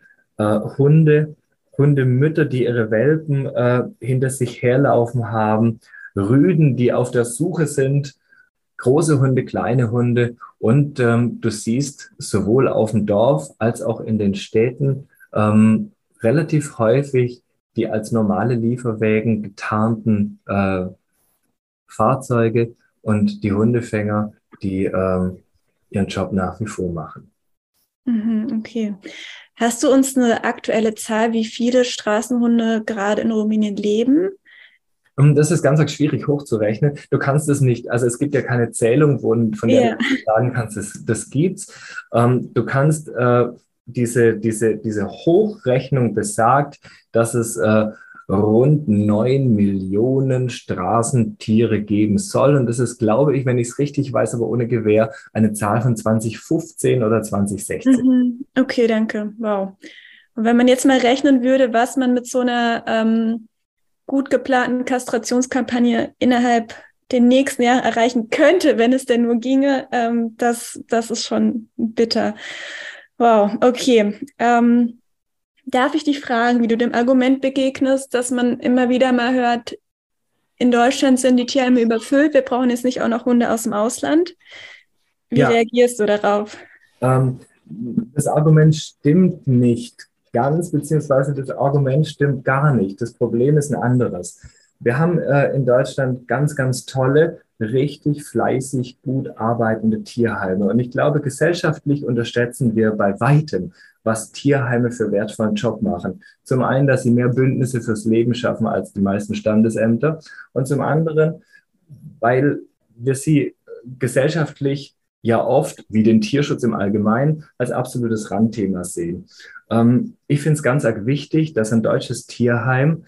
Hundemütter, die ihre Welpen hinter sich herlaufen haben, Rüden, die auf der Suche sind, große Hunde, kleine Hunde. Und du siehst sowohl auf dem Dorf als auch in den Städten relativ häufig die als normale Lieferwägen getarnten Fahrzeuge und die Hundefänger, die ihren Job nach wie vor machen. Okay. Hast du uns eine aktuelle Zahl, wie viele Straßenhunde gerade in Rumänien leben? Das ist ganz schwierig hochzurechnen. Du kannst es nicht, also es gibt ja keine Zählung, von der Ja. du sagen kannst, das gibt's. Du kannst diese Hochrechnung besagt, dass es rund 9 Millionen Straßentiere geben soll. Und das ist, glaube ich, wenn ich es richtig weiß, aber ohne Gewähr, eine Zahl von 2015 oder 2016. Okay, danke. Wow. Und wenn man jetzt mal rechnen würde, was man mit so einer gut geplanten Kastrationskampagne innerhalb der nächsten Jahre erreichen könnte, wenn es denn nur ginge, das ist schon bitter. Wow, okay. Darf ich dich fragen, wie du dem Argument begegnest, dass man immer wieder mal hört, in Deutschland sind die Tierheime überfüllt, wir brauchen jetzt nicht auch noch Hunde aus dem Ausland? Wie Ja, reagierst du darauf? das Argument stimmt nicht ganz, beziehungsweise das Argument stimmt gar nicht. Das Problem ist ein anderes. Wir haben in Deutschland ganz, ganz tolle, richtig fleißig, gut arbeitende Tierheime. Und ich glaube, gesellschaftlich unterschätzen wir bei weitem, was Tierheime für wertvollen Job machen. Zum einen, dass sie mehr Bündnisse fürs Leben schaffen als die meisten Standesämter. Und zum anderen, weil wir sie gesellschaftlich ja oft, wie den Tierschutz im Allgemeinen, als absolutes Randthema sehen. Ich finde es ganz arg wichtig, dass ein deutsches Tierheim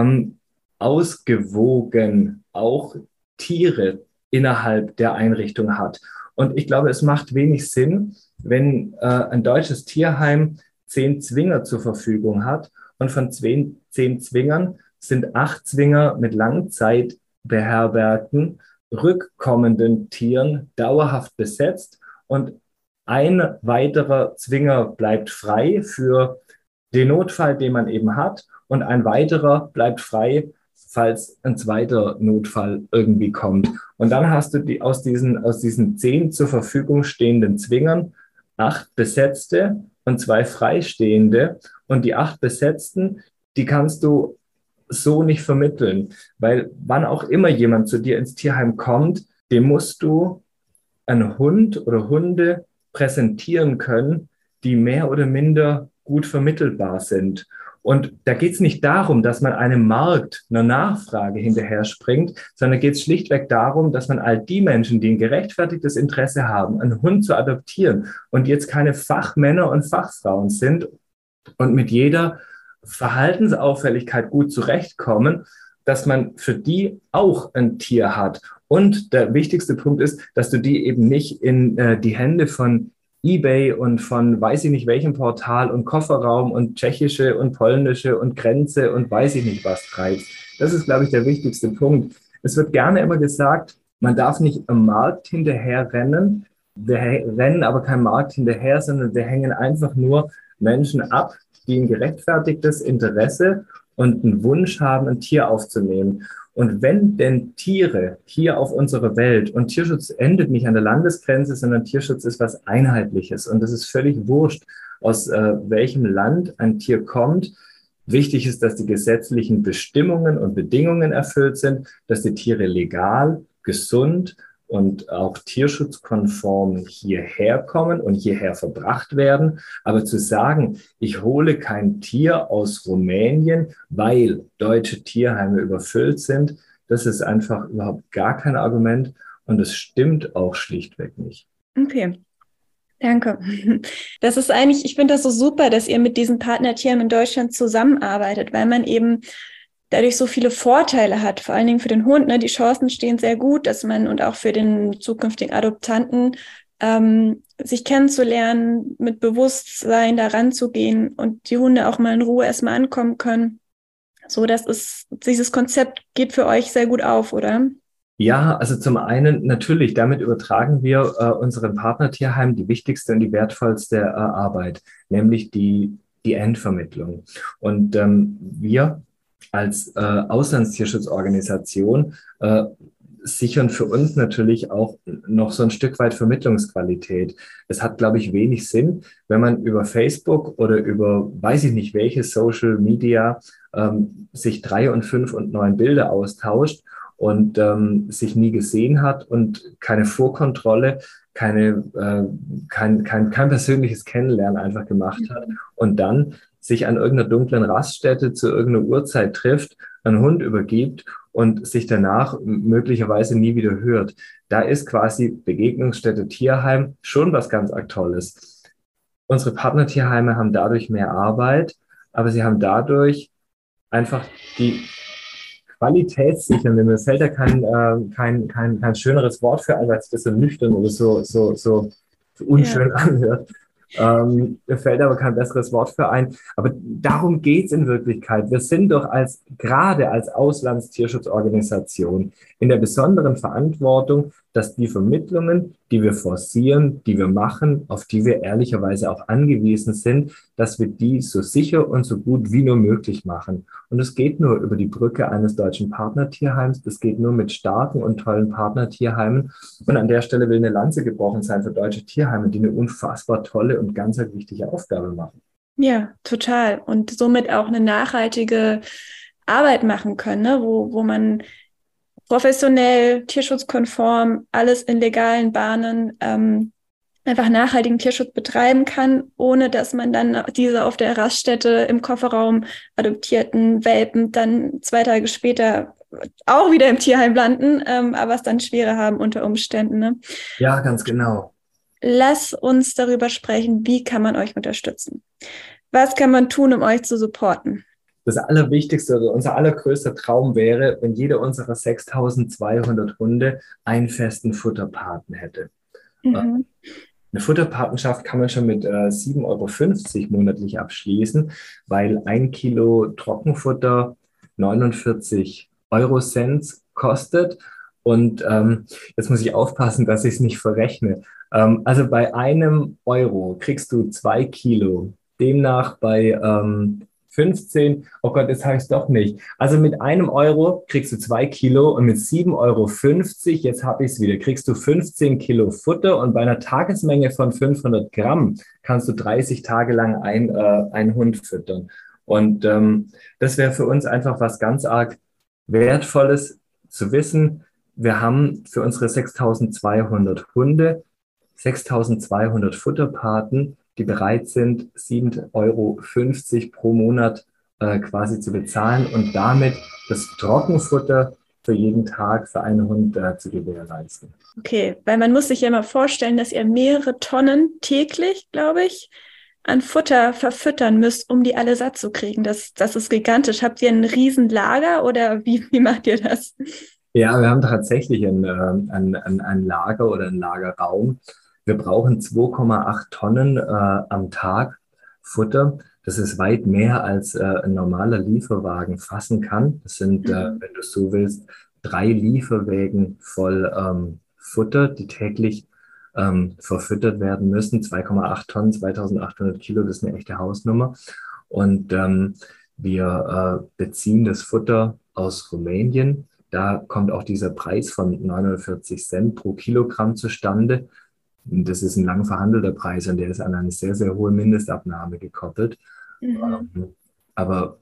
ausgewogen auch Tiere innerhalb der Einrichtung hat. Und ich glaube, es macht wenig Sinn, wenn ein deutsches Tierheim 10 Zwinger zur Verfügung hat und von 10 Zwingern sind 8 Zwinger mit Langzeitbeherbergten rückkommenden Tieren dauerhaft besetzt und ein weiterer Zwinger bleibt frei für den Notfall, den man eben hat, und ein weiterer bleibt frei, falls ein zweiter Notfall irgendwie kommt. Und dann hast du aus diesen 10 zur Verfügung stehenden Zwingern 8 besetzte und 2 freistehende. Und die 8 besetzten, die kannst du so nicht vermitteln, weil wann auch immer jemand zu dir ins Tierheim kommt, dem musst du einen Hund oder Hunde präsentieren können, die mehr oder minder gut vermittelbar sind. Und da geht es nicht darum, dass man einem Markt, einer Nachfrage hinterher springt, sondern geht es schlichtweg darum, dass man all die Menschen, die ein gerechtfertigtes Interesse haben, einen Hund zu adoptieren und jetzt keine Fachmänner und Fachfrauen sind und mit jeder Verhaltensauffälligkeit gut zurechtkommen, dass man für die auch ein Tier hat. Und der wichtigste Punkt ist, dass du die eben nicht in die Hände von eBay und von weiß ich nicht welchem Portal und Kofferraum und tschechische und polnische und Grenze und weiß ich nicht was treibst. Das ist, glaube ich, der wichtigste Punkt. Es wird gerne immer gesagt, man darf nicht am Markt hinterher rennen. Wir rennen aber kein Markt hinterher, sondern wir hängen einfach nur Menschen ab, die ein gerechtfertigtes Interesse und einen Wunsch haben, ein Tier aufzunehmen. Und wenn denn Tiere hier auf unserer Welt, und Tierschutz endet nicht an der Landesgrenze, sondern Tierschutz ist was Einheitliches und es ist völlig wurscht, aus welchem Land ein Tier kommt. Wichtig ist, dass die gesetzlichen Bestimmungen und Bedingungen erfüllt sind, dass die Tiere legal, gesund und auch tierschutzkonform hierher kommen und hierher verbracht werden. Aber zu sagen, ich hole kein Tier aus Rumänien, weil deutsche Tierheime überfüllt sind, das ist einfach überhaupt gar kein Argument und es stimmt auch schlichtweg nicht. Okay. Danke. Das ist eigentlich, ich finde das so super, dass ihr mit diesen Partnertieren in Deutschland zusammenarbeitet, weil man eben dadurch so viele Vorteile hat, vor allen Dingen für den Hund. Ne? Die Chancen stehen sehr gut, dass man und auch für den zukünftigen Adoptanten sich kennenzulernen, mit Bewusstsein da ranzugehen und die Hunde auch mal in Ruhe erstmal ankommen können. So, dieses Konzept geht für euch sehr gut auf, oder? Ja, also zum einen natürlich, damit übertragen wir unseren Partnertierheimen die wichtigste und die wertvollste Arbeit, nämlich die Endvermittlung. Und wir als Auslandstierschutzorganisation sichern für uns natürlich auch noch so ein Stück weit Vermittlungsqualität. Es hat, glaube ich, wenig Sinn, wenn man über Facebook oder über, weiß ich nicht, welche Social Media sich 3 und 5 und 9 Bilder austauscht und sich nie gesehen hat und keine Vorkontrolle, kein persönliches Kennenlernen einfach gemacht hat und dann sich an irgendeiner dunklen Raststätte zu irgendeiner Uhrzeit trifft, einen Hund übergibt und sich danach möglicherweise nie wieder hört. Da ist quasi Begegnungsstätte Tierheim schon was ganz arg Tolles. Unsere Partnertierheime haben dadurch mehr Arbeit, aber sie haben dadurch einfach die qualitätssichernde, mir fällt da kein schöneres Wort für ein, weil sich das so nüchtern oder so unschön anhört. Mir fällt aber kein besseres Wort für ein. Aber darum geht es in Wirklichkeit. Wir sind doch gerade als Auslandstierschutzorganisation in der besonderen Verantwortung, dass die Vermittlungen, die wir forcieren, die wir machen, auf die wir ehrlicherweise auch angewiesen sind, dass wir die so sicher und so gut wie nur möglich machen. Und es geht nur über die Brücke eines deutschen Partnertierheims. Das geht nur mit starken und tollen Partnertierheimen. Und an der Stelle will eine Lanze gebrochen sein für deutsche Tierheime, die eine unfassbar tolle und ganz wichtige Aufgabe machen. Ja, total. Und somit auch eine nachhaltige Arbeit machen können, ne? Wo man professionell, tierschutzkonform, alles in legalen Bahnen einfach nachhaltigen Tierschutz betreiben kann, ohne dass man dann diese auf der Raststätte im Kofferraum adoptierten Welpen dann 2 Tage später auch wieder im Tierheim landen, aber es dann schwerer haben unter Umständen. Ne? Ja, ganz genau. Lass uns darüber sprechen, wie kann man euch unterstützen? Was kann man tun, um euch zu supporten? Das Allerwichtigste oder unser allergrößter Traum wäre, wenn jeder unserer 6.200 Hunde einen festen Futterpaten hätte. Mhm. Eine Futterpatenschaft kann man schon mit 7,50 € monatlich abschließen, weil 1 Kilo Trockenfutter 49 Eurocent kostet. Und jetzt muss ich aufpassen, dass ich es nicht verrechne. Also bei 1 Euro kriegst du 2 Kilo. Demnach bei 15, oh Gott, jetzt habe ich es doch nicht. Also mit 1 Euro kriegst du 2 Kilo und mit 7,50 €, jetzt habe ich es wieder, kriegst du 15 Kilo Futter und bei einer Tagesmenge von 500 Gramm kannst du 30 Tage lang einen Hund füttern. Und das wäre für uns einfach was ganz arg Wertvolles zu wissen. Wir haben für unsere 6.200 Hunde 6.200 Futterpaten, die bereit sind, 7,50 € pro Monat quasi zu bezahlen und damit das Trockenfutter für jeden Tag für einen Hund zu gewährleisten. Okay, weil man muss sich ja mal vorstellen, dass ihr mehrere Tonnen täglich, glaube ich, an Futter verfüttern müsst, um die alle satt zu kriegen. Das ist gigantisch. Habt ihr ein Riesenlager oder wie macht ihr das? Ja, wir haben tatsächlich ein Lager oder einen Lagerraum. Wir brauchen 2,8 Tonnen am Tag Futter. Das ist weit mehr, als ein normaler Lieferwagen fassen kann. Das sind, wenn du so willst, 3 Lieferwägen voll Futter, die täglich verfüttert werden müssen. 2,8 Tonnen, 2800 Kilo, das ist eine echte Hausnummer. Und wir beziehen das Futter aus Rumänien. Da kommt auch dieser Preis von 49 Cent pro Kilogramm zustande. Das ist ein lang verhandelter Preis und der ist an eine sehr, sehr hohe Mindestabnahme gekoppelt. Mhm. Aber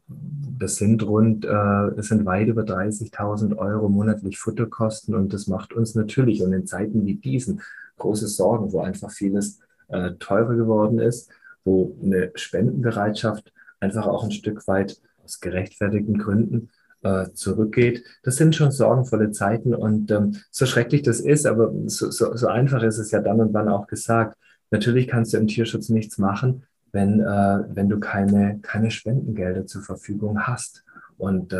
das sind weit über 30.000 Euro monatlich Futterkosten und das macht uns natürlich und in Zeiten wie diesen große Sorgen, wo einfach vieles teurer geworden ist, wo eine Spendenbereitschaft einfach auch ein Stück weit aus gerechtfertigten Gründen zurückgeht. Das sind schon sorgenvolle Zeiten und so schrecklich das ist, aber so einfach ist es ja dann und wann auch gesagt. Natürlich kannst du im Tierschutz nichts machen, wenn du keine Spendengelder zur Verfügung hast. Und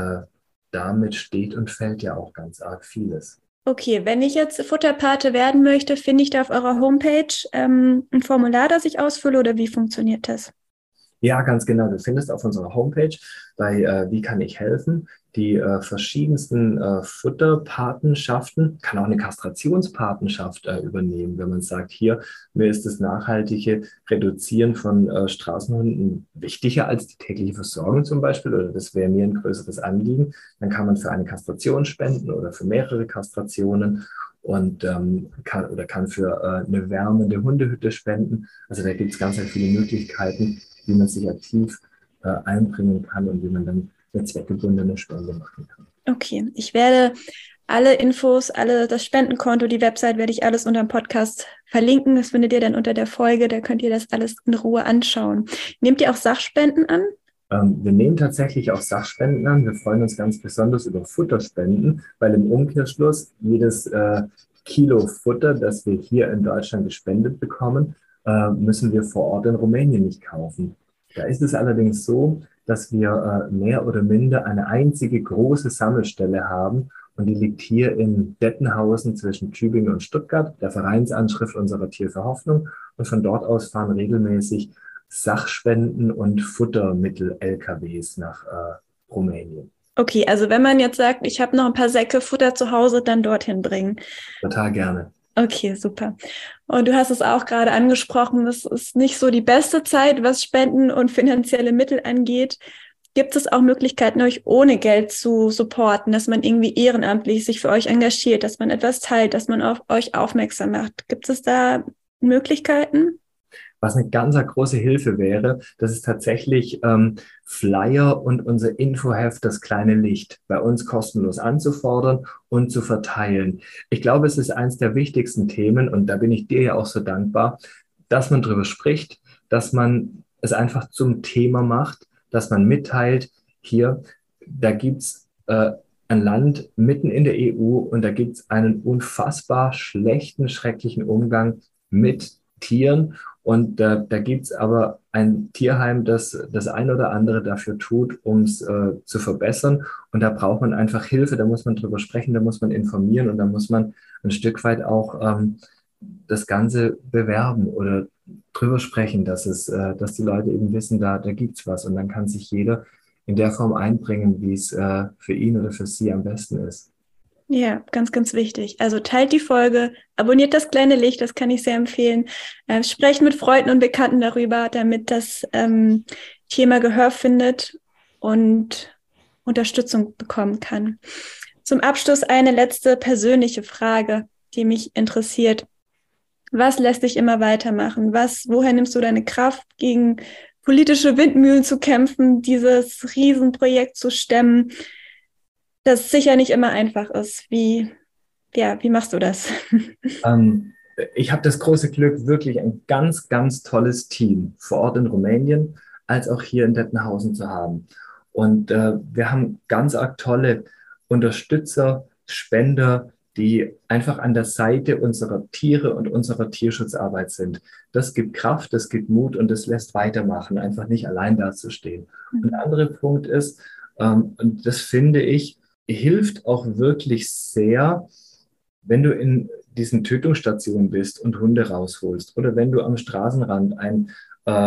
damit steht und fällt ja auch ganz arg vieles. Okay, wenn ich jetzt Futterpate werden möchte, finde ich da auf eurer Homepage ein Formular, das ich ausfülle oder wie funktioniert das? Ja, ganz genau. Du findest auf unserer Homepage bei Wie kann ich helfen die verschiedensten Futterpatenschaften, kann auch eine Kastrationspatenschaft übernehmen, wenn man sagt, hier, mir ist das nachhaltige Reduzieren von Straßenhunden wichtiger als die tägliche Versorgung zum Beispiel, oder das wäre mir ein größeres Anliegen, dann kann man für eine Kastration spenden oder für mehrere Kastrationen und kann für eine wärmende Hundehütte spenden. Also da gibt es ganz, ganz viele Möglichkeiten, wie man sich aktiv einbringen kann und wie man dann eine zweckgebundene Spende machen kann. Okay, ich werde alle Infos, das Spendenkonto, die Website, werde ich alles unter dem Podcast verlinken. Das findet ihr dann unter der Folge, da könnt ihr das alles in Ruhe anschauen. Nehmt ihr auch Sachspenden an? Wir nehmen tatsächlich auch Sachspenden an. Wir freuen uns ganz besonders über Futterspenden, weil im Umkehrschluss jedes Kilo Futter, das wir hier in Deutschland gespendet bekommen, müssen wir vor Ort in Rumänien nicht kaufen. Da ist es allerdings so, dass wir mehr oder minder eine einzige große Sammelstelle haben und die liegt hier in Dettenhausen zwischen Tübingen und Stuttgart, der Vereinsanschrift unserer Tier für Hoffnung. Und von dort aus fahren regelmäßig Sachspenden und Futtermittel-LKWs nach Rumänien. Okay, also wenn man jetzt sagt, ich habe noch ein paar Säcke Futter zu Hause, dann dorthin bringen. Total gerne. Okay, super. Und du hast es auch gerade angesprochen, das ist nicht so die beste Zeit, was Spenden und finanzielle Mittel angeht. Gibt es auch Möglichkeiten, euch ohne Geld zu supporten, dass man irgendwie ehrenamtlich sich für euch engagiert, dass man etwas teilt, dass man auf euch aufmerksam macht? Gibt es da Möglichkeiten? Was eine ganz große Hilfe wäre, das ist tatsächlich Flyer und unser Infoheft Das kleine Licht bei uns kostenlos anzufordern und zu verteilen. Ich glaube, es ist eines der wichtigsten Themen und da bin ich dir ja auch so dankbar, dass man darüber spricht, dass man es einfach zum Thema macht, dass man mitteilt, hier, da gibt's ein Land mitten in der EU und da gibt's einen unfassbar schlechten, schrecklichen Umgang mit Tieren. Und da gibt es aber ein Tierheim, das das ein oder andere dafür tut, um es zu verbessern. Und da braucht man einfach Hilfe, da muss man drüber sprechen, da muss man informieren und da muss man ein Stück weit auch das Ganze bewerben oder drüber sprechen, dass die Leute eben wissen, da gibt es was. Und dann kann sich jeder in der Form einbringen, wie es für ihn oder für sie am besten ist. Ja, ganz, ganz wichtig. Also teilt die Folge, abonniert das kleine Licht, das kann ich sehr empfehlen. Sprecht mit Freunden und Bekannten darüber, damit das Thema Gehör findet und Unterstützung bekommen kann. Zum Abschluss eine letzte persönliche Frage, die mich interessiert. Was lässt dich immer weitermachen? Woher nimmst du deine Kraft, gegen politische Windmühlen zu kämpfen, dieses Riesenprojekt zu stemmen, das sicher nicht immer einfach ist? Wie machst du das? Ähm, Ich habe das große Glück, wirklich ein ganz, ganz tolles Team vor Ort in Rumänien als auch hier in Dettenhausen zu haben. Und wir haben ganz arg tolle Unterstützer, Spender, die einfach an der Seite unserer Tiere und unserer Tierschutzarbeit sind. Das gibt Kraft, das gibt Mut und das lässt weitermachen, einfach nicht allein dazustehen. Und der andere Punkt ist, und das finde ich, hilft auch wirklich sehr, wenn du in diesen Tötungsstationen bist und Hunde rausholst oder wenn du am Straßenrand ein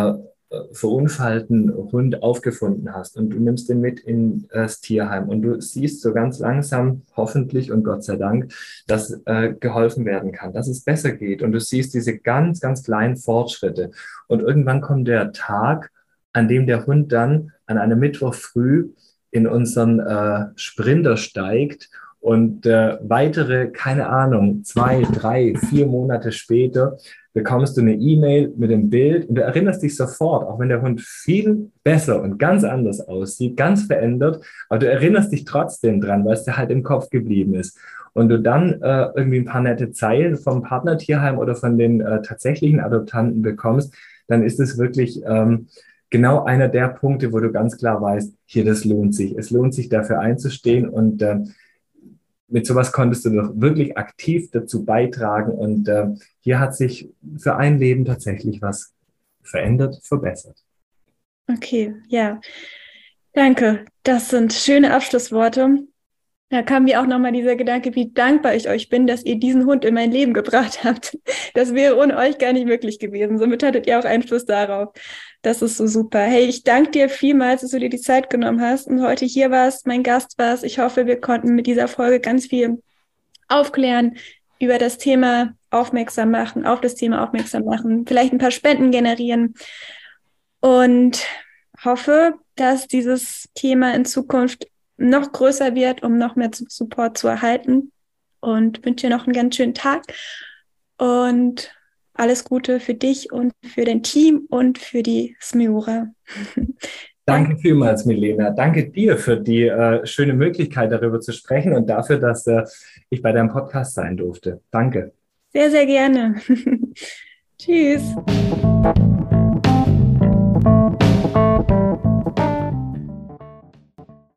verunfallten Hund aufgefunden hast und du nimmst den mit in das Tierheim und du siehst so ganz langsam, hoffentlich und Gott sei Dank, dass geholfen werden kann, dass es besser geht und du siehst diese ganz, ganz kleinen Fortschritte und irgendwann kommt der Tag, an dem der Hund dann an einem Mittwoch früh in unseren Sprinter steigt und weitere, keine Ahnung, 2, 3, 4 Monate später bekommst du eine E-Mail mit dem Bild und du erinnerst dich sofort, auch wenn der Hund viel besser und ganz anders aussieht, ganz verändert, aber du erinnerst dich trotzdem dran, weil es dir halt im Kopf geblieben ist. Und du dann irgendwie ein paar nette Zeilen vom Partnertierheim oder von den tatsächlichen Adoptanten bekommst, dann ist es wirklich genau einer der Punkte, wo du ganz klar weißt, hier, das lohnt sich. Es lohnt sich, dafür einzustehen und mit sowas konntest du doch wirklich aktiv dazu beitragen und hier hat sich für ein Leben tatsächlich was verändert, verbessert. Okay, ja, danke. Das sind schöne Abschlussworte. Da kam mir auch nochmal dieser Gedanke, wie dankbar ich euch bin, dass ihr diesen Hund in mein Leben gebracht habt. Das wäre ohne euch gar nicht möglich gewesen. Somit hattet ihr auch Einfluss darauf. Das ist so super. Hey, ich danke dir vielmals, dass du dir die Zeit genommen hast und heute hier warst, mein Gast warst. Ich hoffe, wir konnten mit dieser Folge ganz viel aufklären, über das Thema aufmerksam machen, auf das Thema aufmerksam machen, vielleicht ein paar Spenden generieren und hoffe, dass dieses Thema in Zukunft noch größer wird, um noch mehr Support zu erhalten und wünsche dir noch einen ganz schönen Tag und alles Gute für dich und für dein Team und für die Smiura. Danke vielmals, Milena. Danke dir für die schöne Möglichkeit, darüber zu sprechen und dafür, dass ich bei deinem Podcast sein durfte. Danke. Sehr, sehr gerne. Tschüss.